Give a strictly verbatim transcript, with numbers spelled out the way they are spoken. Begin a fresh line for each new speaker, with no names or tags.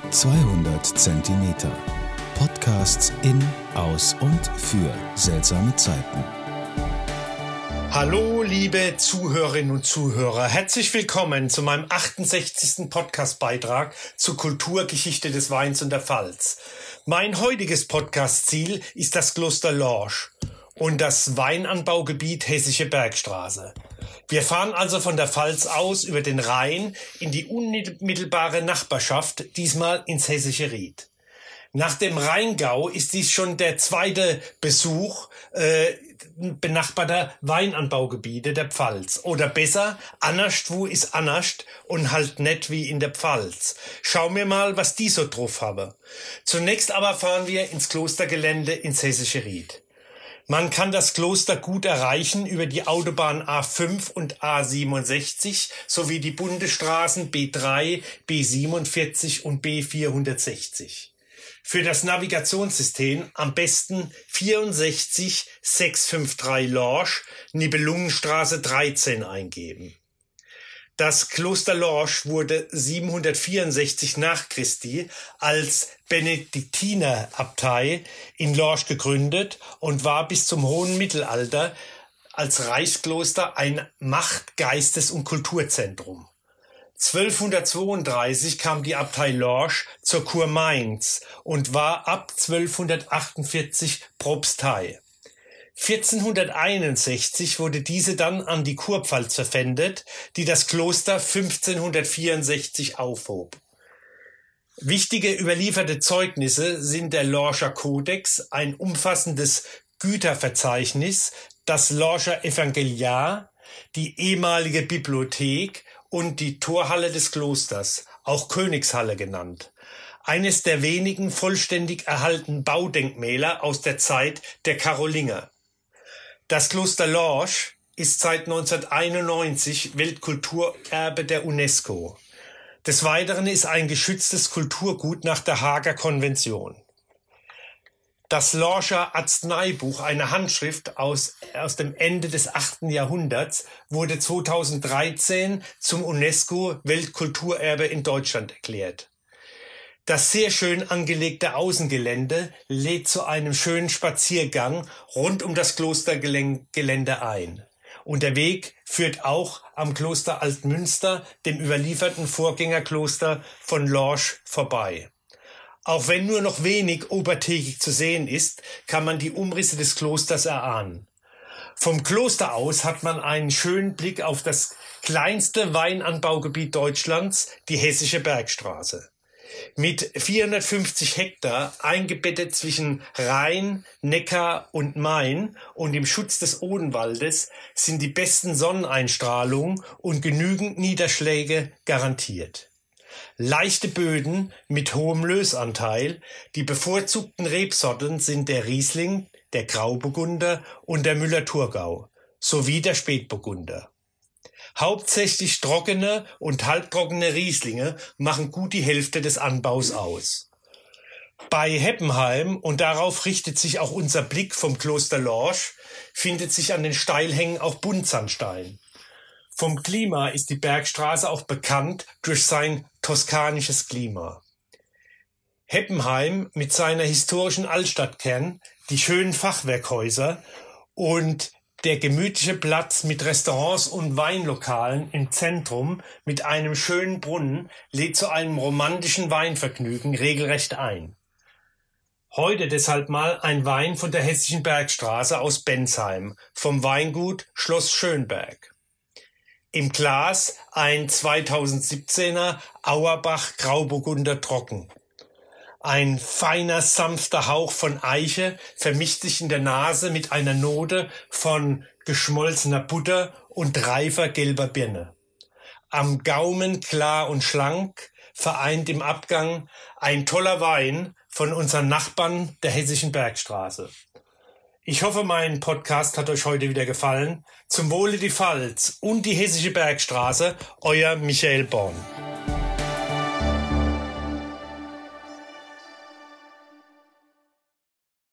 zweihundert Zentimeter. Podcasts in, aus und für seltsame Zeiten.
Hallo liebe Zuhörerinnen und Zuhörer, herzlich willkommen zu meinem achtundsechzigsten Podcast-Beitrag zur Kulturgeschichte des Weins und der Pfalz. Mein heutiges Podcast-Ziel ist das Kloster Lorsch und das Weinanbaugebiet Hessische Bergstraße. Wir fahren also von der Pfalz aus über den Rhein in die unmittelbare Nachbarschaft, diesmal ins Hessische Ried. Nach dem Rheingau ist dies schon der zweite Besuch äh, benachbarter Weinanbaugebiete der Pfalz. Oder besser, anderswo ist anderscht und halt nicht wie in der Pfalz. Schauen wir mal, was die so drauf haben. Zunächst aber fahren wir ins Klostergelände ins Hessische Ried. Man kann das Kloster gut erreichen über die Autobahn A fünf und A siebenundsechzig sowie die Bundesstraßen B drei, B siebenundvierzig und B vierhundertsechzig. Für das Navigationssystem am besten vierundsechzig sechshundertdreiundfünfzig Lorsch, Nibelungenstraße dreizehn eingeben. Das Kloster Lorsch wurde siebenhundertvierundsechzig nach Christi als Benediktinerabtei in Lorsch gegründet und war bis zum hohen Mittelalter als Reichskloster ein Macht-, Geistes- und Kulturzentrum. zwölfhundertzweiunddreißig kam die Abtei Lorsch zur Kur Mainz und war ab zwölfhundertachtundvierzig Propstei. vierzehnhunderteinundsechzig wurde diese dann an die Kurpfalz verpfändet, die das Kloster fünfzehnhundertvierundsechzig aufhob. Wichtige überlieferte Zeugnisse sind der Lorscher Kodex, ein umfassendes Güterverzeichnis, das Lorscher Evangeliar, die ehemalige Bibliothek und die Torhalle des Klosters, auch Königshalle genannt. Eines der wenigen vollständig erhaltenen Baudenkmäler aus der Zeit der Karolinger. Das Kloster Lorsch ist seit neunzehnhunderteinundneunzig Weltkulturerbe der UNESCO. Des Weiteren ist ein geschütztes Kulturgut nach der Haager Konvention. Das Lorscher Arzneibuch, eine Handschrift aus, aus dem Ende des achten Jahrhunderts, wurde zweitausenddreizehn zum UNESCO-Weltkulturerbe in Deutschland erklärt. Das sehr schön angelegte Außengelände lädt zu einem schönen Spaziergang rund um das Klostergelände ein. Und der Weg führt auch am Kloster Altmünster, dem überlieferten Vorgängerkloster von Lorsch, vorbei. Auch wenn nur noch wenig obertägig zu sehen ist, kann man die Umrisse des Klosters erahnen. Vom Kloster aus hat man einen schönen Blick auf das kleinste Weinanbaugebiet Deutschlands, die Hessische Bergstraße. Mit vierhundertfünfzig Hektar, eingebettet zwischen Rhein, Neckar und Main und im Schutz des Odenwaldes, sind die besten Sonneneinstrahlung und genügend Niederschläge garantiert. Leichte Böden mit hohem Lösanteil, die bevorzugten Rebsorten sind der Riesling, der Grauburgunder und der Müller-Thurgau, sowie der Spätburgunder. Hauptsächlich trockene und halbtrockene Rieslinge machen gut die Hälfte des Anbaus aus. Bei Heppenheim, und darauf richtet sich auch unser Blick vom Kloster Lorsch, findet sich an den Steilhängen auch Buntsandstein. Vom Klima ist die Bergstraße auch bekannt durch sein toskanisches Klima. Heppenheim mit seiner historischen Altstadtkern, die schönen Fachwerkhäuser und der gemütliche Platz mit Restaurants und Weinlokalen im Zentrum mit einem schönen Brunnen lädt zu einem romantischen Weinvergnügen regelrecht ein. Heute deshalb mal ein Wein von der Hessischen Bergstraße aus Bensheim, vom Weingut Schloss Schönberg. Im Glas ein zweitausendsiebzehner Auerbach Grauburgunder Trocken. Ein feiner, sanfter Hauch von Eiche vermischt sich in der Nase mit einer Note von geschmolzener Butter und reifer gelber Birne. Am Gaumen klar und schlank, vereint im Abgang ein toller Wein von unseren Nachbarn der Hessischen Bergstraße. Ich hoffe, mein Podcast hat euch heute wieder gefallen. Zum Wohle die Pfalz und die Hessische Bergstraße, euer Michael Born.